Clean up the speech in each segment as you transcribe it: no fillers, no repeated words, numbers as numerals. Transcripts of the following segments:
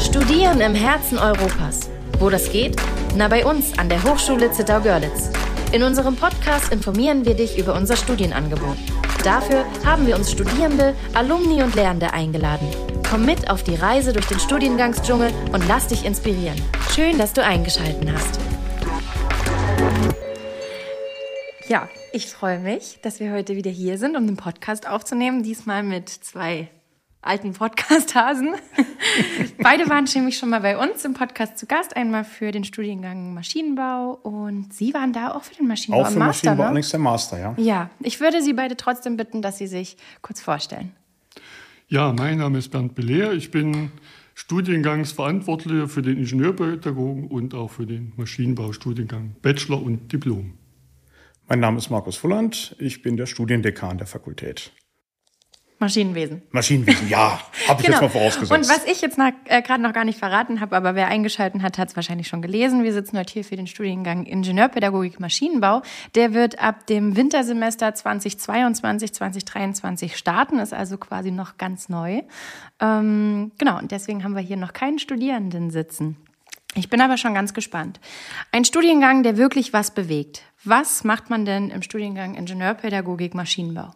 Studieren im Herzen Europas. Wo das geht? Na, bei uns an der Hochschule Zittau-Görlitz. In unserem Podcast informieren wir dich über unser Studienangebot. Dafür haben wir uns Studierende, Alumni und Lehrende eingeladen. Komm mit auf die Reise durch den Studiengangsdschungel und lass dich inspirieren. Schön, dass du eingeschaltet hast. Ja, ich freue mich, dass wir heute wieder hier sind, um den Podcast aufzunehmen. Diesmal mit zwei alten Podcast-Hasen. Beide waren nämlich schon mal bei uns im Podcast zu Gast. Einmal für den Studiengang Maschinenbau und Sie waren da auch für den Maschinenbau auch für Master, Maschinenbau, ne? allerdings der Master, ja. Ja, ich würde Sie beide trotzdem bitten, dass Sie sich kurz vorstellen. Ja, mein Name ist Bernd Belehr. Ich bin Studiengangsverantwortlicher für den Ingenieurpädagogen und auch für den Maschinenbaustudiengang Bachelor und Diplom. Mein Name ist Markus Fulland. Ich bin der Studiendekan der Fakultät. Maschinenwesen, ja, habe ich jetzt mal vorausgesetzt. Und was ich jetzt gerade noch gar nicht verraten habe, aber wer eingeschaltet hat, hat es wahrscheinlich schon gelesen. Wir sitzen heute hier für den Studiengang Ingenieurpädagogik Maschinenbau. Der wird ab dem Wintersemester 2022, 2023 starten, ist also quasi noch ganz neu. Genau, und deswegen haben wir hier noch keinen Studierenden sitzen. Ich bin aber schon ganz gespannt. Ein Studiengang, der wirklich was bewegt. Was macht man denn im Studiengang Ingenieurpädagogik Maschinenbau?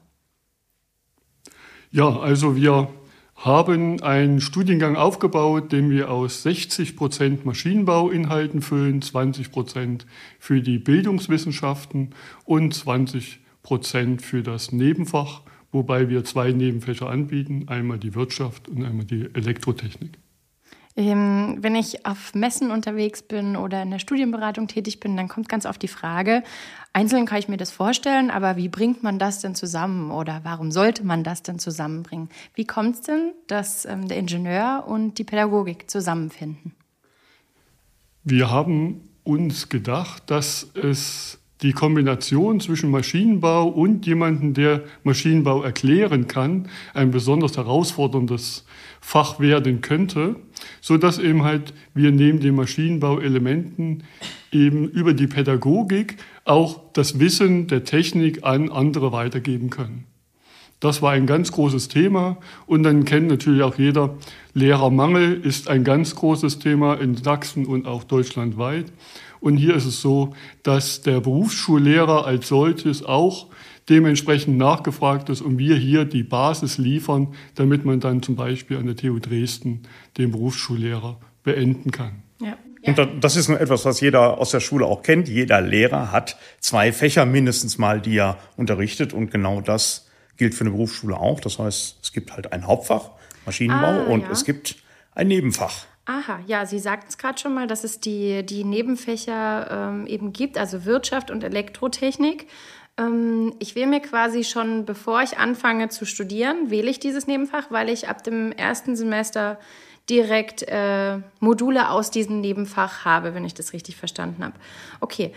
Ja, also wir haben einen Studiengang aufgebaut, den wir aus 60% Maschinenbauinhalten füllen, 20% für die Bildungswissenschaften und 20% für das Nebenfach, wobei wir 2 Nebenfächer anbieten, einmal die Wirtschaft und einmal die Elektrotechnik. Wenn ich auf Messen unterwegs bin oder in der Studienberatung tätig bin, dann kommt ganz oft die Frage, einzeln kann ich mir das vorstellen, aber wie bringt man das denn zusammen oder warum sollte man das denn zusammenbringen? Wie kommt es denn, dass der Ingenieur und die Pädagogik zusammenfinden? Wir haben uns gedacht, dass es die Kombination zwischen Maschinenbau und jemandem, der Maschinenbau erklären kann, ein besonders herausforderndes Fach werden könnte, sodass eben halt wir neben den Maschinenbauelementen eben über die Pädagogik auch das Wissen der Technik an andere weitergeben können. Das war ein ganz großes Thema und dann kennt natürlich auch jeder, Lehrermangel ist ein ganz großes Thema in Sachsen und auch deutschlandweit. Und hier ist es so, dass der Berufsschullehrer als solches auch dementsprechend nachgefragt ist und wir hier die Basis liefern, damit man dann zum Beispiel an der TU Dresden den Berufsschullehrer beenden kann. Ja. Und das ist nur etwas, was jeder aus der Schule auch kennt. Jeder Lehrer hat 2 Fächer mindestens mal, die er unterrichtet. Und genau das gilt für eine Berufsschule auch. Das heißt, es gibt halt ein Hauptfach, Maschinenbau, und es gibt ein Nebenfach. Aha, ja, Sie sagten es gerade schon mal, dass es die Nebenfächer eben gibt, also Wirtschaft und Elektrotechnik. Ich wähle mir quasi schon, bevor ich anfange zu studieren, wähle ich dieses Nebenfach, weil ich ab dem ersten Semester direkt Module aus diesem Nebenfach habe, wenn ich das richtig verstanden habe. Okay,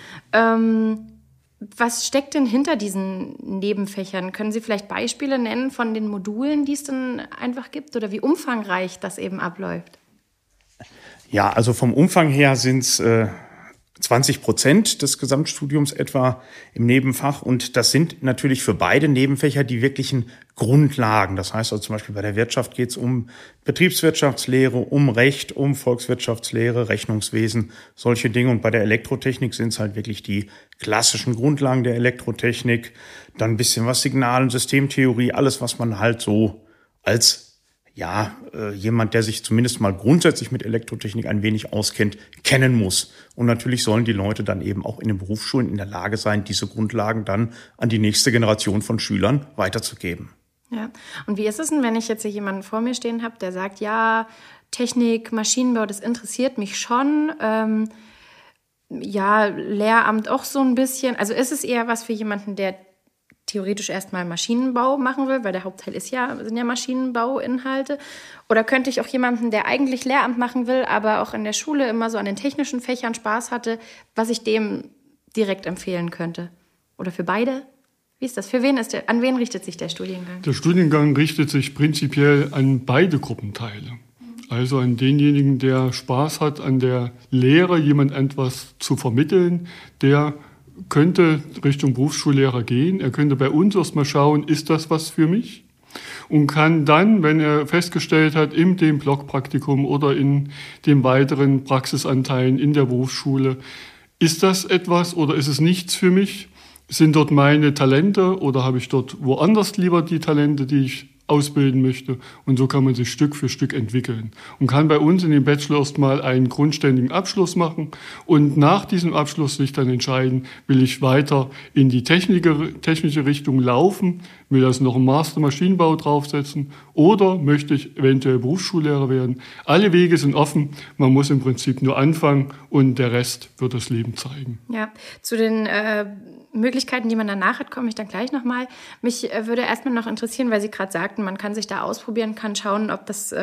was steckt denn hinter diesen Nebenfächern? Können Sie vielleicht Beispiele nennen von den Modulen, die es dann einfach gibt oder wie umfangreich das eben abläuft? Ja, also vom Umfang her sind es 20% des Gesamtstudiums etwa im Nebenfach. Und das sind natürlich für beide Nebenfächer die wirklichen Grundlagen. Das heißt also zum Beispiel bei der Wirtschaft geht es um Betriebswirtschaftslehre, um Recht, um Volkswirtschaftslehre, Rechnungswesen, solche Dinge. Und bei der Elektrotechnik sind es halt wirklich die klassischen Grundlagen der Elektrotechnik. Dann ein bisschen was Signal- und Systemtheorie, alles, was man halt so als jemand, der sich zumindest mal grundsätzlich mit Elektrotechnik ein wenig auskennt, kennen muss. Und natürlich sollen die Leute dann eben auch in den Berufsschulen in der Lage sein, diese Grundlagen dann an die nächste Generation von Schülern weiterzugeben. Ja, und wie ist es denn, wenn ich jetzt hier jemanden vor mir stehen habe, der sagt, ja, Technik, Maschinenbau, das interessiert mich schon, Lehramt auch so ein bisschen. Also ist es eher was für jemanden, der theoretisch erstmal Maschinenbau machen will, weil der Hauptteil sind ja Maschinenbauinhalte. Oder könnte ich auch jemanden, der eigentlich Lehramt machen will, aber auch in der Schule immer so an den technischen Fächern Spaß hatte, was ich dem direkt empfehlen könnte? Oder für beide? Wie ist das? An wen richtet sich der Studiengang? Der Studiengang richtet sich prinzipiell an beide Gruppenteile. Also an denjenigen, der Spaß hat an der Lehre, jemand etwas zu vermitteln, der könnte Richtung Berufsschullehrer gehen. Er könnte bei uns erstmal schauen, ist das was für mich? und kann dann, wenn er festgestellt hat, in dem Blockpraktikum oder in den weiteren Praxisanteilen in der Berufsschule, ist das etwas oder ist es nichts für mich? Sind dort meine Talente oder habe ich dort woanders lieber die Talente, die ich ausbilden möchte? Und so kann man sich Stück für Stück entwickeln und kann bei uns in dem Bachelor erstmal einen grundständigen Abschluss machen und nach diesem Abschluss sich dann entscheiden, will ich weiter in die technische Richtung laufen, will das noch einen Master Maschinenbau draufsetzen oder möchte ich eventuell Berufsschullehrer werden. Alle Wege sind offen, man muss im Prinzip nur anfangen und der Rest wird das Leben zeigen. Ja, zu den Möglichkeiten, die man danach hat, komme ich dann gleich nochmal. Mich würde erstmal noch interessieren, weil Sie gerade sagten, man kann sich da ausprobieren, kann schauen, ob das,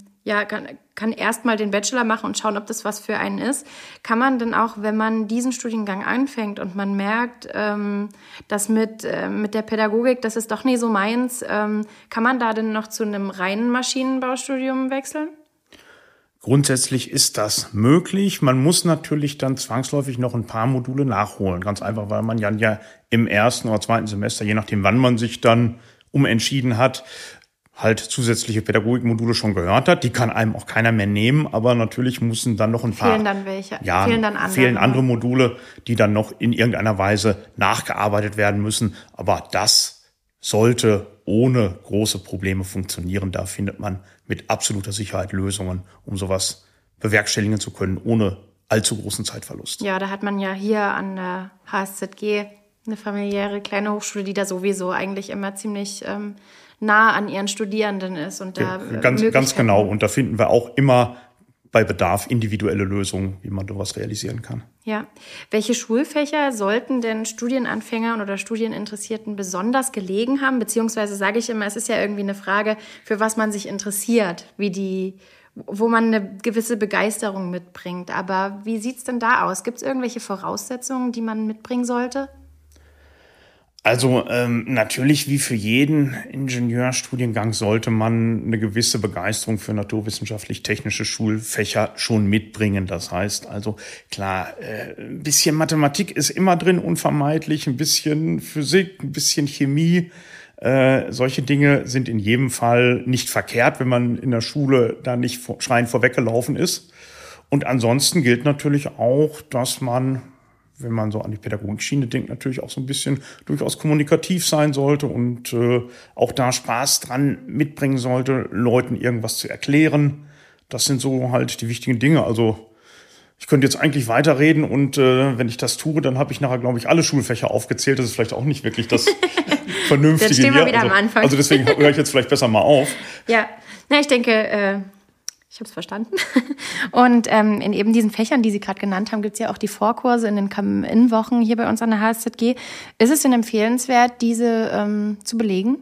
kann erstmal den Bachelor machen und schauen, ob das was für einen ist. Kann man denn auch, wenn man diesen Studiengang anfängt und man merkt, dass mit der Pädagogik, das ist doch nie so meins, kann man da denn noch zu einem reinen Maschinenbaustudium wechseln? Grundsätzlich ist das möglich. Man muss natürlich dann zwangsläufig noch ein paar Module nachholen. Ganz einfach, weil man ja im ersten oder zweiten Semester, je nachdem, wann man sich dann umentschieden hat, halt zusätzliche Pädagogikmodule schon gehört hat. Die kann einem auch keiner mehr nehmen, aber natürlich müssen dann noch ein paar. Fehlen dann welche? Ja, fehlen andere Module, die dann noch in irgendeiner Weise nachgearbeitet werden müssen. Aber das sollte ohne große Probleme funktionieren. Da findet man mit absoluter Sicherheit Lösungen, um sowas bewerkstelligen zu können, ohne allzu großen Zeitverlust. Ja, da hat man ja hier an der HSZG eine familiäre kleine Hochschule, die da sowieso eigentlich immer ziemlich nah an ihren Studierenden ist. Und da ganz genau. Und da finden wir auch immer bei Bedarf individuelle Lösungen, wie man sowas realisieren kann. Ja. Welche Schulfächer sollten denn Studienanfängern oder Studieninteressierten besonders gelegen haben? Beziehungsweise sage ich immer, es ist ja irgendwie eine Frage, für was man sich interessiert, wo man eine gewisse Begeisterung mitbringt. Aber wie sieht's denn da aus? Gibt es irgendwelche Voraussetzungen, die man mitbringen sollte? Also natürlich, wie für jeden Ingenieurstudiengang, sollte man eine gewisse Begeisterung für naturwissenschaftlich-technische Schulfächer schon mitbringen. Das heißt also, klar, ein bisschen Mathematik ist immer drin, unvermeidlich, ein bisschen Physik, ein bisschen Chemie. Solche Dinge sind in jedem Fall nicht verkehrt, wenn man in der Schule da nicht schreiend vorweggelaufen ist. Und ansonsten gilt natürlich auch, dass man, wenn man so an die Pädagogikschiene denkt, natürlich auch so ein bisschen durchaus kommunikativ sein sollte und auch da Spaß dran mitbringen sollte, Leuten irgendwas zu erklären. Das sind so halt die wichtigen Dinge. Also ich könnte jetzt eigentlich weiterreden und wenn ich das tue, dann habe ich nachher, glaube ich, alle Schulfächer aufgezählt. Das ist vielleicht auch nicht wirklich das Vernünftige hier. Dann stehen wir wieder am Anfang. Also deswegen höre ich jetzt vielleicht besser mal auf. Ja, ich denke, ich habe es verstanden. Und in eben diesen Fächern, die Sie gerade genannt haben, gibt es ja auch die Vorkurse in den Come-In-Wochen hier bei uns an der HSZG. Ist es denn empfehlenswert, diese zu belegen?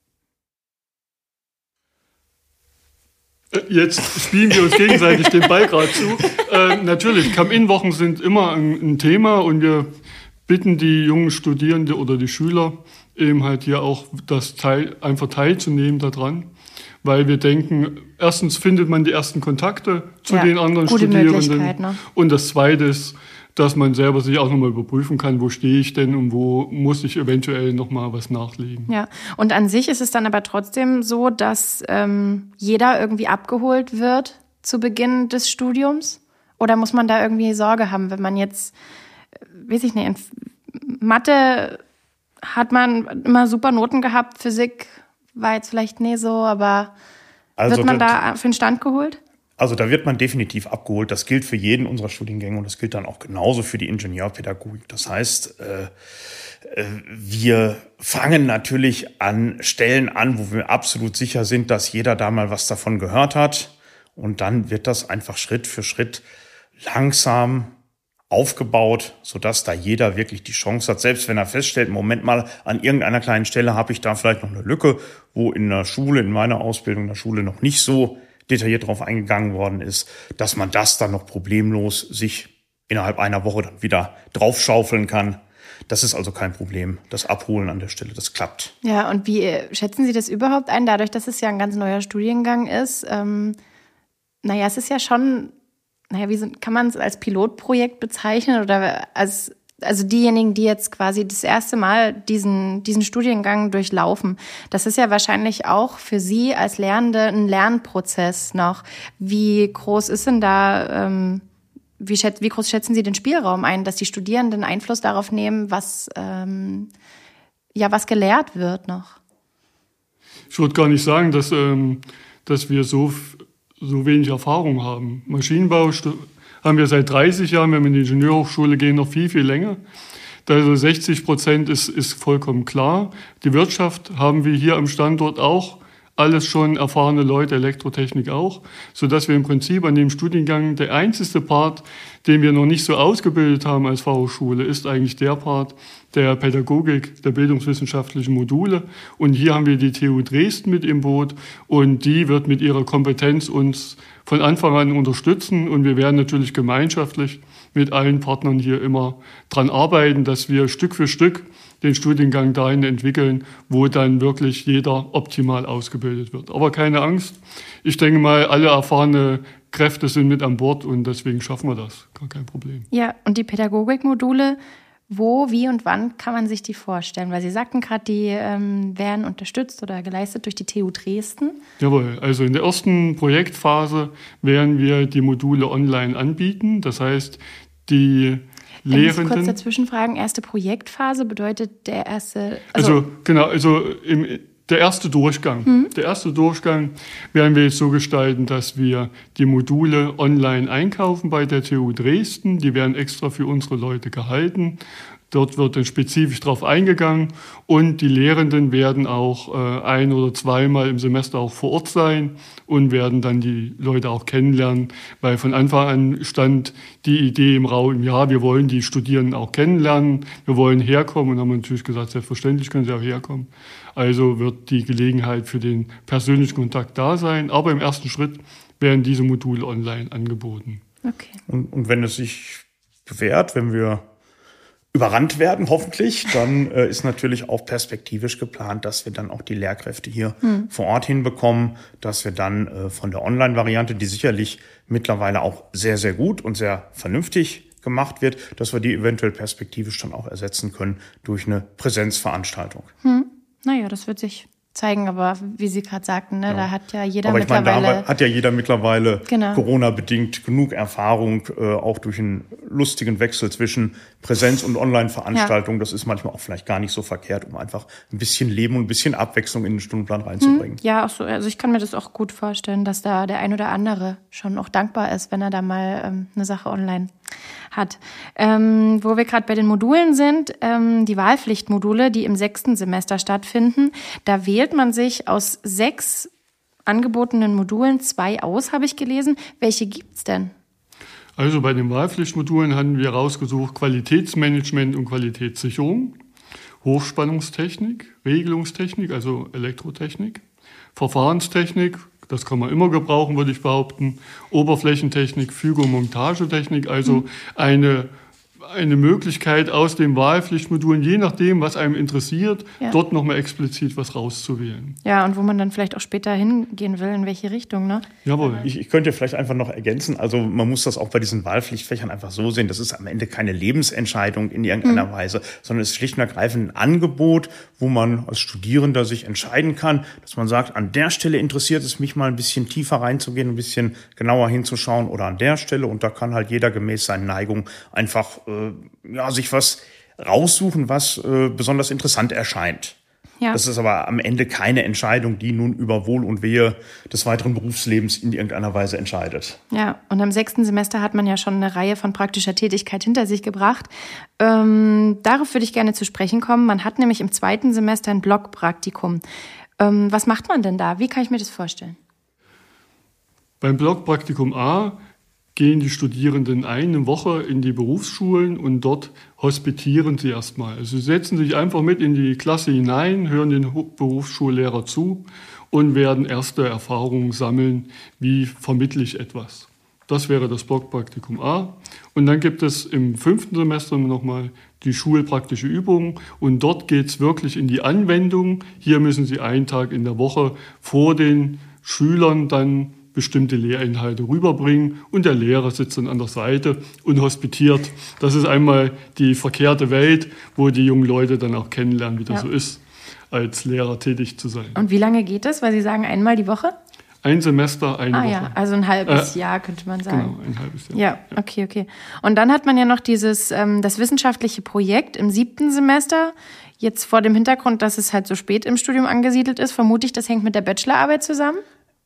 Jetzt spielen wir uns gegenseitig den Ball gerade zu. Natürlich, Come-In-Wochen sind immer ein Thema und wir bitten die jungen Studierende oder die Schüler eben halt hier auch einfach teilzunehmen daran. Weil wir denken, erstens findet man die ersten Kontakte zu den anderen Studierenden. Ne? Und das Zweite ist, dass man selber sich auch nochmal überprüfen kann, wo stehe ich denn und wo muss ich eventuell nochmal was nachlegen. Ja, und an sich ist es dann aber trotzdem so, dass jeder irgendwie abgeholt wird zu Beginn des Studiums? Oder muss man da irgendwie Sorge haben, wenn man jetzt, weiß ich nicht, in Mathe hat man immer super Noten gehabt, Physik war jetzt vielleicht nicht so, aber wird man da für den Stand geholt? Also da wird man definitiv abgeholt. Das gilt für jeden unserer Studiengänge und das gilt dann auch genauso für die Ingenieurpädagogik. Das heißt, wir fangen natürlich an Stellen an, wo wir absolut sicher sind, dass jeder da mal was davon gehört hat. Und dann wird das einfach Schritt für Schritt langsam aufgebaut, sodass da jeder wirklich die Chance hat, selbst wenn er feststellt, Moment mal, an irgendeiner kleinen Stelle habe ich da vielleicht noch eine Lücke, wo in der Schule, in meiner Ausbildung in der Schule noch nicht so detailliert drauf eingegangen worden ist, dass man das dann noch problemlos sich innerhalb einer Woche dann wieder draufschaufeln kann. Das ist also kein Problem. Das Abholen an der Stelle, das klappt. Ja, und wie schätzen Sie das überhaupt ein, dadurch, dass es ja ein ganz neuer Studiengang ist? Es ist ja schon, kann man es als Pilotprojekt bezeichnen oder als also diejenigen, die jetzt quasi das erste Mal diesen Studiengang durchlaufen, das ist ja wahrscheinlich auch für Sie als Lehrende ein Lernprozess noch. Wie groß ist denn da, wie groß schätzen Sie den Spielraum ein, dass die Studierenden Einfluss darauf nehmen, was gelehrt wird noch? Ich würde gar nicht sagen, dass wir so wenig Erfahrung haben. Maschinenbau haben wir seit 30 Jahren, wenn wir in die Ingenieurhochschule gehen, noch viel, viel länger. Also 60% ist vollkommen klar. Die Wirtschaft haben wir hier am Standort auch alles schon erfahrene Leute, Elektrotechnik auch, sodass wir im Prinzip an dem Studiengang der einzige Part, den wir noch nicht so ausgebildet haben als Fachhochschule, ist eigentlich der Part der Pädagogik, der bildungswissenschaftlichen Module. Und hier haben wir die TU Dresden mit im Boot und die wird mit ihrer Kompetenz uns von Anfang an unterstützen. Und wir werden natürlich gemeinschaftlich mit allen Partnern hier immer dran arbeiten, dass wir Stück für Stück den Studiengang dahin entwickeln, wo dann wirklich jeder optimal ausgebildet wird. Aber keine Angst, ich denke mal, alle erfahrene Kräfte sind mit an Bord und deswegen schaffen wir das, gar kein Problem. Ja, und die Pädagogikmodule, wo, wie und wann kann man sich die vorstellen? Weil Sie sagten gerade, die werden unterstützt oder geleistet durch die TU Dresden. Jawohl, also in der ersten Projektphase werden wir die Module online anbieten. Das heißt, die Lehrenden. Ich muss kurz dazwischen fragen, erste Projektphase bedeutet der erste... Der erste Durchgang. Der erste Durchgang werden wir jetzt so gestalten, dass wir die Module online einkaufen bei der TU Dresden. Die werden extra für unsere Leute gehalten. Dort wird dann spezifisch drauf eingegangen und die Lehrenden werden auch ein- oder zweimal im Semester auch vor Ort sein und werden dann die Leute auch kennenlernen, weil von Anfang an stand die Idee im Raum, ja, wir wollen die Studierenden auch kennenlernen, wir wollen herkommen und haben natürlich gesagt, selbstverständlich können sie auch herkommen. Also wird die Gelegenheit für den persönlichen Kontakt da sein, aber im ersten Schritt werden diese Module online angeboten. Okay. Und wenn es sich bewährt, wenn wir überrannt werden, hoffentlich, dann ist natürlich auch perspektivisch geplant, dass wir dann auch die Lehrkräfte hier vor Ort hinbekommen, dass wir dann von der Online-Variante, die sicherlich mittlerweile auch sehr, sehr gut und sehr vernünftig gemacht wird, dass wir die eventuell perspektivisch dann auch ersetzen können durch eine Präsenzveranstaltung. Naja, das wird sich zeigen, aber wie Sie gerade sagten, ne, da hat ja jeder aber mittlerweile... Da hat ja jeder mittlerweile Genau. Corona-bedingt genug Erfahrung, auch durch einen lustigen Wechsel zwischen Präsenz- und Online-Veranstaltungen. Ja. Das ist manchmal auch vielleicht gar nicht so verkehrt, um einfach ein bisschen Leben und ein bisschen Abwechslung in den Stundenplan reinzubringen. Ja, auch so. Also ich kann mir das auch gut vorstellen, dass da der ein oder andere schon auch dankbar ist, wenn er da mal eine Sache online hat. Wo wir gerade bei den Modulen sind, die Wahlpflichtmodule, die im 6. Semester stattfinden, da wählt man sich aus 6 angebotenen Modulen 2 aus, habe ich gelesen. Welche gibt's denn? Also bei den Wahlpflichtmodulen hatten wir rausgesucht Qualitätsmanagement und Qualitätssicherung, Hochspannungstechnik, Regelungstechnik, also Elektrotechnik, Verfahrenstechnik, das kann man immer gebrauchen, würde ich behaupten, Oberflächentechnik, Füge- und Montagetechnik, also eine Möglichkeit aus den Wahlpflichtmodulen, je nachdem, was einem interessiert, dort nochmal explizit was rauszuwählen. Ja, und wo man dann vielleicht auch später hingehen will, in welche Richtung, ne? Jawohl. Ich könnte vielleicht einfach noch ergänzen, also man muss das auch bei diesen Wahlpflichtfächern einfach so sehen, das ist am Ende keine Lebensentscheidung in irgendeiner Weise, sondern es ist schlicht und ergreifend ein Angebot, wo man als Studierender sich entscheiden kann, dass man sagt, an der Stelle interessiert es mich mal ein bisschen tiefer reinzugehen, ein bisschen genauer hinzuschauen oder an der Stelle, und da kann halt jeder gemäß seinen Neigungen einfach sich was raussuchen, was besonders interessant erscheint. Ja. Das ist aber am Ende keine Entscheidung, die nun über Wohl und Wehe des weiteren Berufslebens in irgendeiner Weise entscheidet. Ja, und am 6. Semester hat man ja schon eine Reihe von praktischer Tätigkeit hinter sich gebracht. Darauf würde ich gerne zu sprechen kommen. Man hat nämlich im 2. Semester ein Blockpraktikum. Was macht man denn da? Wie kann ich mir das vorstellen? Beim Blockpraktikum A gehen die Studierenden eine Woche in die Berufsschulen und dort hospitieren sie erstmal. Also sie setzen sich einfach mit in die Klasse hinein, hören den Berufsschullehrer zu und werden erste Erfahrungen sammeln, wie vermittle ich etwas. Das wäre das Blockpraktikum A. Und dann gibt es im 5. Semester nochmal die schulpraktische Übung und dort geht es wirklich in die Anwendung. Hier müssen Sie einen Tag in der Woche vor den Schülern dann bestimmte Lehrinhalte rüberbringen und der Lehrer sitzt dann an der Seite und hospitiert. Das ist einmal die verkehrte Welt, wo die jungen Leute dann auch kennenlernen, wie das so ist, als Lehrer tätig zu sein. Und wie lange geht das? Weil Sie sagen einmal die Woche? Ein Semester, eine Woche. Ja, also ein halbes Jahr, könnte man sagen. Genau, ein halbes Jahr. Ja, okay. Und dann hat man ja noch dieses, das wissenschaftliche Projekt im 7. Semester. Jetzt vor dem Hintergrund, dass es halt so spät im Studium angesiedelt ist, vermute ich, das hängt mit der Bachelorarbeit zusammen?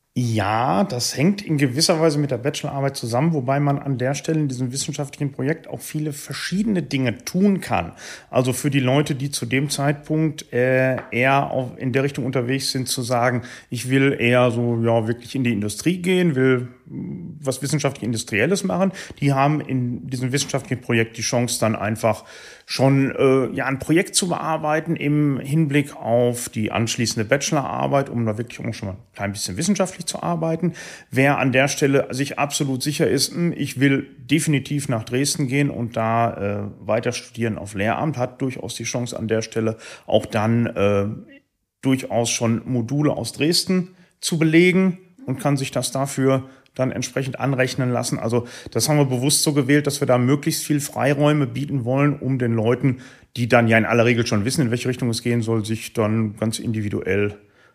Ja, das hängt in gewisser Weise mit der Bachelorarbeit zusammen, wobei man an der Stelle in diesem wissenschaftlichen Projekt auch viele verschiedene Dinge tun kann. Also für die Leute, die zu dem Zeitpunkt eher in der Richtung unterwegs sind, zu sagen, ich will eher so wirklich in die Industrie gehen, will was wissenschaftlich-industrielles machen, die haben in diesem wissenschaftlichen Projekt die Chance, dann einfach schon ein Projekt zu bearbeiten im Hinblick auf die anschließende Bachelorarbeit, um da wirklich auch schon mal ein klein bisschen wissenschaftlich zu arbeiten. Wer an der Stelle sich absolut sicher ist, ich will definitiv nach Dresden gehen und da weiter studieren auf Lehramt, hat durchaus die Chance an der Stelle auch dann durchaus schon Module aus Dresden zu belegen und kann sich das dafür dann entsprechend anrechnen lassen. Also das haben wir bewusst so gewählt, dass wir da möglichst viel Freiräume bieten wollen, um den Leuten, die dann ja in aller Regel schon wissen, in welche Richtung es gehen soll, sich dann ganz individuell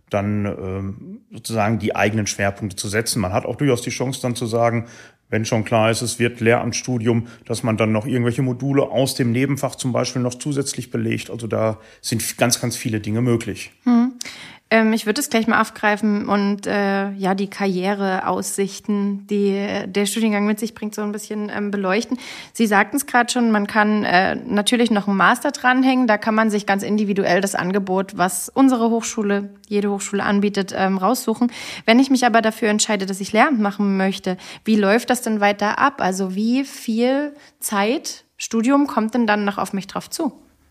dann sozusagen die eigenen Schwerpunkte zu setzen. Man hat auch durchaus die Chance dann zu sagen, wenn schon klar ist, es wird Lehramtsstudium, dass man dann noch irgendwelche Module aus dem Nebenfach zum Beispiel noch zusätzlich belegt. Also da sind ganz, ganz viele Dinge möglich. Ich würde es gleich mal aufgreifen und die Karriereaussichten, die der Studiengang mit sich bringt, so ein bisschen beleuchten. Sie sagten es gerade schon, man kann natürlich noch einen Master dranhängen. Da kann man sich ganz individuell das Angebot, was unsere Hochschule, jede Hochschule anbietet, raussuchen. Wenn ich mich aber dafür entscheide, dass ich Lehramt machen möchte, wie läuft das denn weiter ab? Also wie viel Zeit, Studium kommt denn dann noch auf mich drauf zu?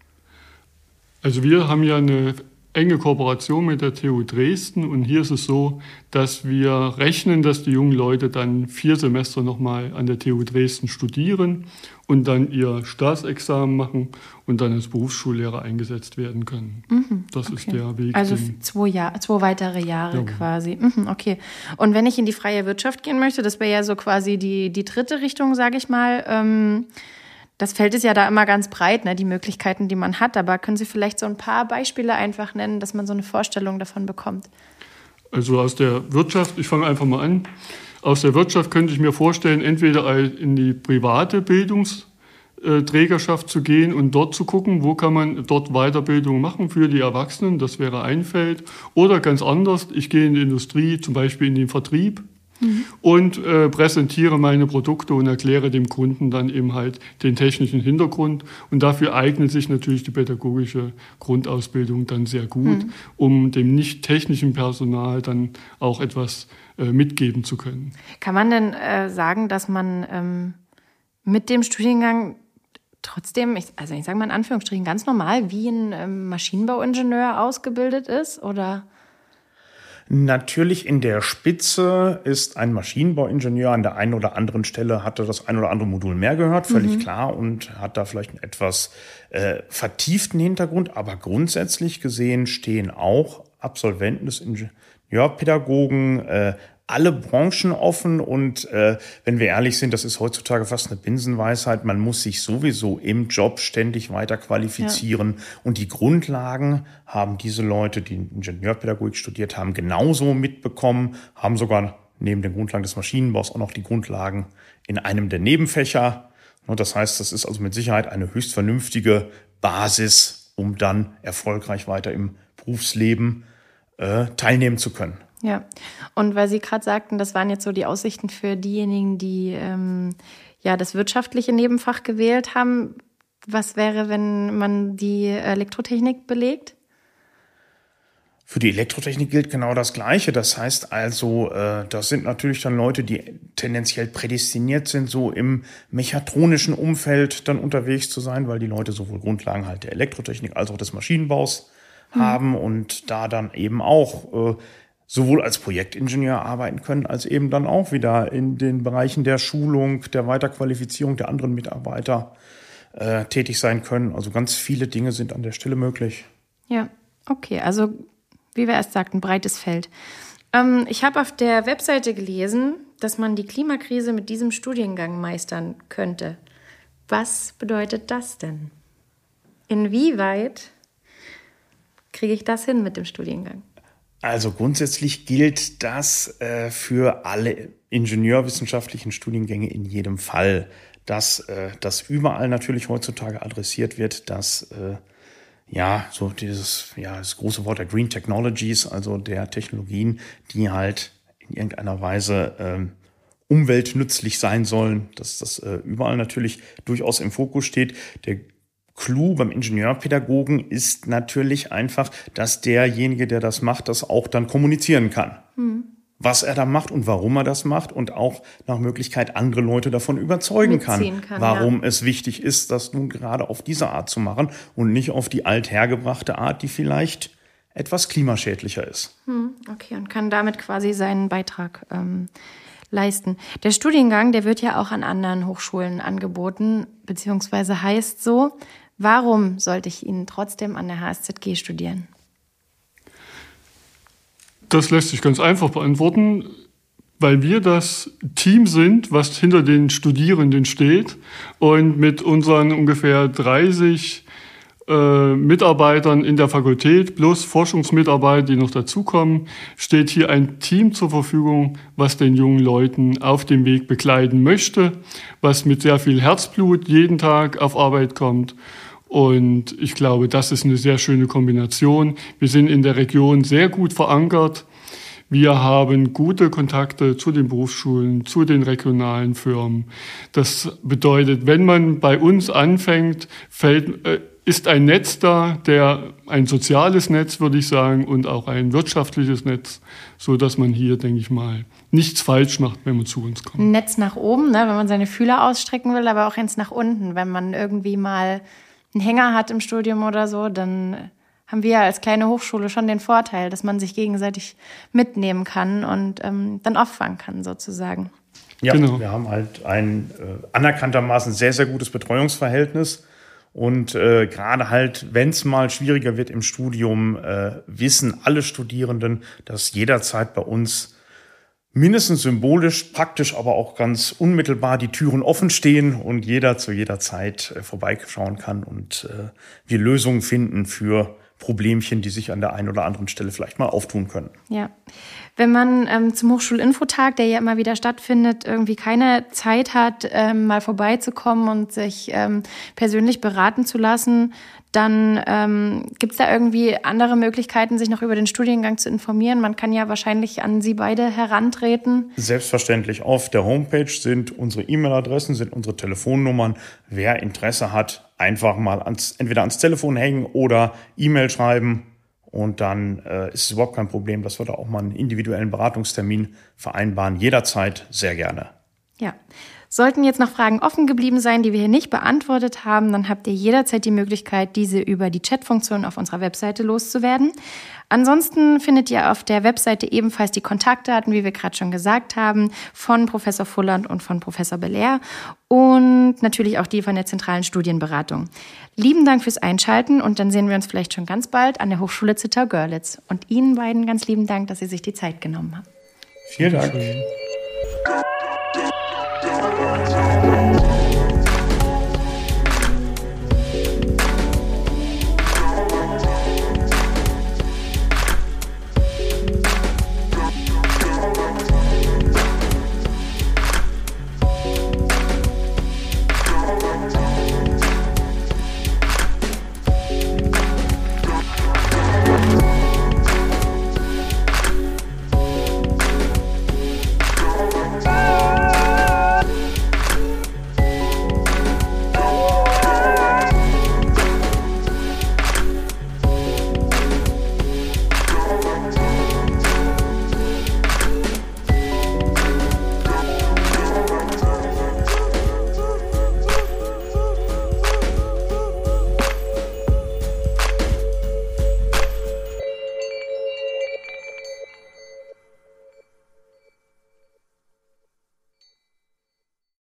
Also wir haben ja eine enge Kooperation mit der TU Dresden und hier ist es so, dass wir rechnen, dass die jungen Leute dann 4 Semester nochmal an der TU Dresden studieren und dann ihr Staatsexamen machen und dann als Berufsschullehrer eingesetzt werden können. Das ist der Weg. Also 2 weitere Jahre quasi. Okay. Und wenn ich in die freie Wirtschaft gehen möchte, das wäre ja so quasi die dritte Richtung, sage ich mal, das Feld ist ja da immer ganz breit, ne, die Möglichkeiten, die man hat. Aber können Sie vielleicht so ein paar Beispiele einfach nennen, dass man so eine Vorstellung davon bekommt? Also aus der Wirtschaft, ich fange einfach mal an. Aus der Wirtschaft könnte ich mir vorstellen, entweder in die private Bildungsträgerschaft zu gehen und dort zu gucken, wo kann man dort Weiterbildung machen für die Erwachsenen. Das wäre ein Feld. Oder ganz anders, ich gehe in die Industrie, zum Beispiel in den Vertrieb. Und präsentiere meine Produkte und erkläre dem Kunden dann eben halt den technischen Hintergrund. Und dafür eignet sich natürlich die pädagogische Grundausbildung dann sehr gut, um dem nicht technischen Personal dann auch etwas mitgeben zu können. Kann man denn sagen, dass man mit dem Studiengang trotzdem, ich sage mal in Anführungsstrichen, ganz normal wie ein Maschinenbauingenieur ausgebildet ist, oder? Natürlich in der Spitze ist ein Maschinenbauingenieur an der einen oder anderen Stelle, hatte das ein oder andere Modul mehr gehört, völlig klar, und hat da vielleicht einen etwas vertieften Hintergrund. Aber grundsätzlich gesehen stehen auch Absolventen des Ingenieurpädagogen alle Branchen offen. Und wenn wir ehrlich sind, das ist heutzutage fast eine Binsenweisheit. Man muss sich sowieso im Job ständig weiter qualifizieren. Ja. Und die Grundlagen haben diese Leute, die Ingenieurpädagogik studiert haben, genauso mitbekommen, haben sogar neben den Grundlagen des Maschinenbaus auch noch die Grundlagen in einem der Nebenfächer. Das heißt, das ist also mit Sicherheit eine höchst vernünftige Basis, um dann erfolgreich weiter im Berufsleben teilnehmen zu können. Ja, und weil Sie gerade sagten, das waren jetzt so die Aussichten für diejenigen, die das wirtschaftliche Nebenfach gewählt haben. Was wäre, wenn man die Elektrotechnik belegt? Für die Elektrotechnik gilt genau das Gleiche. Das heißt also, das sind natürlich dann Leute, die tendenziell prädestiniert sind, so im mechatronischen Umfeld dann unterwegs zu sein, weil die Leute sowohl Grundlagen halt der Elektrotechnik als auch des Maschinenbaus haben und da dann eben auch sowohl als Projektingenieur arbeiten können, als eben dann auch wieder in den Bereichen der Schulung, der Weiterqualifizierung der anderen Mitarbeiter tätig sein können. Also ganz viele Dinge sind an der Stelle möglich. Ja, okay. Also wie wir erst sagten, breites Feld. Ich habe auf der Webseite gelesen, dass man die Klimakrise mit diesem Studiengang meistern könnte. Was bedeutet das denn? Inwieweit kriege ich das hin mit dem Studiengang? Also grundsätzlich gilt das für alle ingenieurwissenschaftlichen Studiengänge in jedem Fall, dass das überall natürlich heutzutage adressiert wird, dass das große Wort der Green Technologies, also der Technologien, die halt in irgendeiner Weise umweltnützlich sein sollen, dass das überall natürlich durchaus im Fokus steht. Der Clou beim Ingenieurpädagogen ist natürlich einfach, dass derjenige, der das macht, das auch dann kommunizieren kann. Was er da macht und warum er das macht und auch nach Möglichkeit andere Leute davon überzeugen kann, warum es wichtig ist, das nun gerade auf diese Art zu machen und nicht auf die althergebrachte Art, die vielleicht etwas klimaschädlicher ist. Okay, und kann damit quasi seinen Beitrag leisten. Der Studiengang, der wird ja auch an anderen Hochschulen angeboten, beziehungsweise heißt so, warum sollte ich ihn trotzdem an der HSZG studieren? Das lässt sich ganz einfach beantworten, weil wir das Team sind, was hinter den Studierenden steht und mit unseren ungefähr 30 Mitarbeitern in der Fakultät plus Forschungsmitarbeiter, die noch dazukommen, steht hier ein Team zur Verfügung, was den jungen Leuten auf dem Weg begleiten möchte, was mit sehr viel Herzblut jeden Tag auf Arbeit kommt. Und ich glaube, das ist eine sehr schöne Kombination. Wir sind in der Region sehr gut verankert. Wir haben gute Kontakte zu den Berufsschulen, zu den regionalen Firmen. Das bedeutet, wenn man bei uns anfängt, ist ein Netz da, ein soziales Netz, würde ich sagen, und auch ein wirtschaftliches Netz, so dass man hier, denke ich mal, nichts falsch macht, wenn man zu uns kommt. Ein Netz nach oben, ne, wenn man seine Fühler ausstrecken will, aber auch eins nach unten. Wenn man irgendwie mal einen Hänger hat im Studium oder so, dann haben wir als kleine Hochschule schon den Vorteil, dass man sich gegenseitig mitnehmen kann und dann auffangen kann, sozusagen. Ja, genau. Wir haben halt ein anerkanntermaßen sehr, sehr gutes Betreuungsverhältnis. Und gerade halt, wenn es mal schwieriger wird im Studium, wissen alle Studierenden, dass jederzeit bei uns mindestens symbolisch, praktisch, aber auch ganz unmittelbar die Türen offen stehen und jeder zu jeder Zeit vorbeischauen kann und wir Lösungen finden für Problemchen, die sich an der einen oder anderen Stelle vielleicht mal auftun können. Ja, wenn man zum Hochschulinfotag, der ja immer wieder stattfindet, irgendwie keine Zeit hat, mal vorbeizukommen und sich persönlich beraten zu lassen, dann gibt es da irgendwie andere Möglichkeiten, sich noch über den Studiengang zu informieren. Man kann ja wahrscheinlich an Sie beide herantreten. Selbstverständlich. Auf der Homepage sind unsere E-Mail-Adressen, sind unsere Telefonnummern. Wer Interesse hat, einfach mal entweder ans Telefon hängen oder E-Mail schreiben. Und dann ist es überhaupt kein Problem, dass wir da auch mal einen individuellen Beratungstermin vereinbaren. Jederzeit sehr gerne. Ja. Sollten jetzt noch Fragen offen geblieben sein, die wir hier nicht beantwortet haben, dann habt ihr jederzeit die Möglichkeit, diese über die Chatfunktion auf unserer Webseite loszuwerden. Ansonsten findet ihr auf der Webseite ebenfalls die Kontaktdaten, wie wir gerade schon gesagt haben, von Professor Fulland und von Professor Belair und natürlich auch die von der zentralen Studienberatung. Lieben Dank fürs Einschalten und dann sehen wir uns vielleicht schon ganz bald an der Hochschule Zittau-Görlitz. Und Ihnen beiden ganz lieben Dank, dass Sie sich die Zeit genommen haben. Vielen Dank.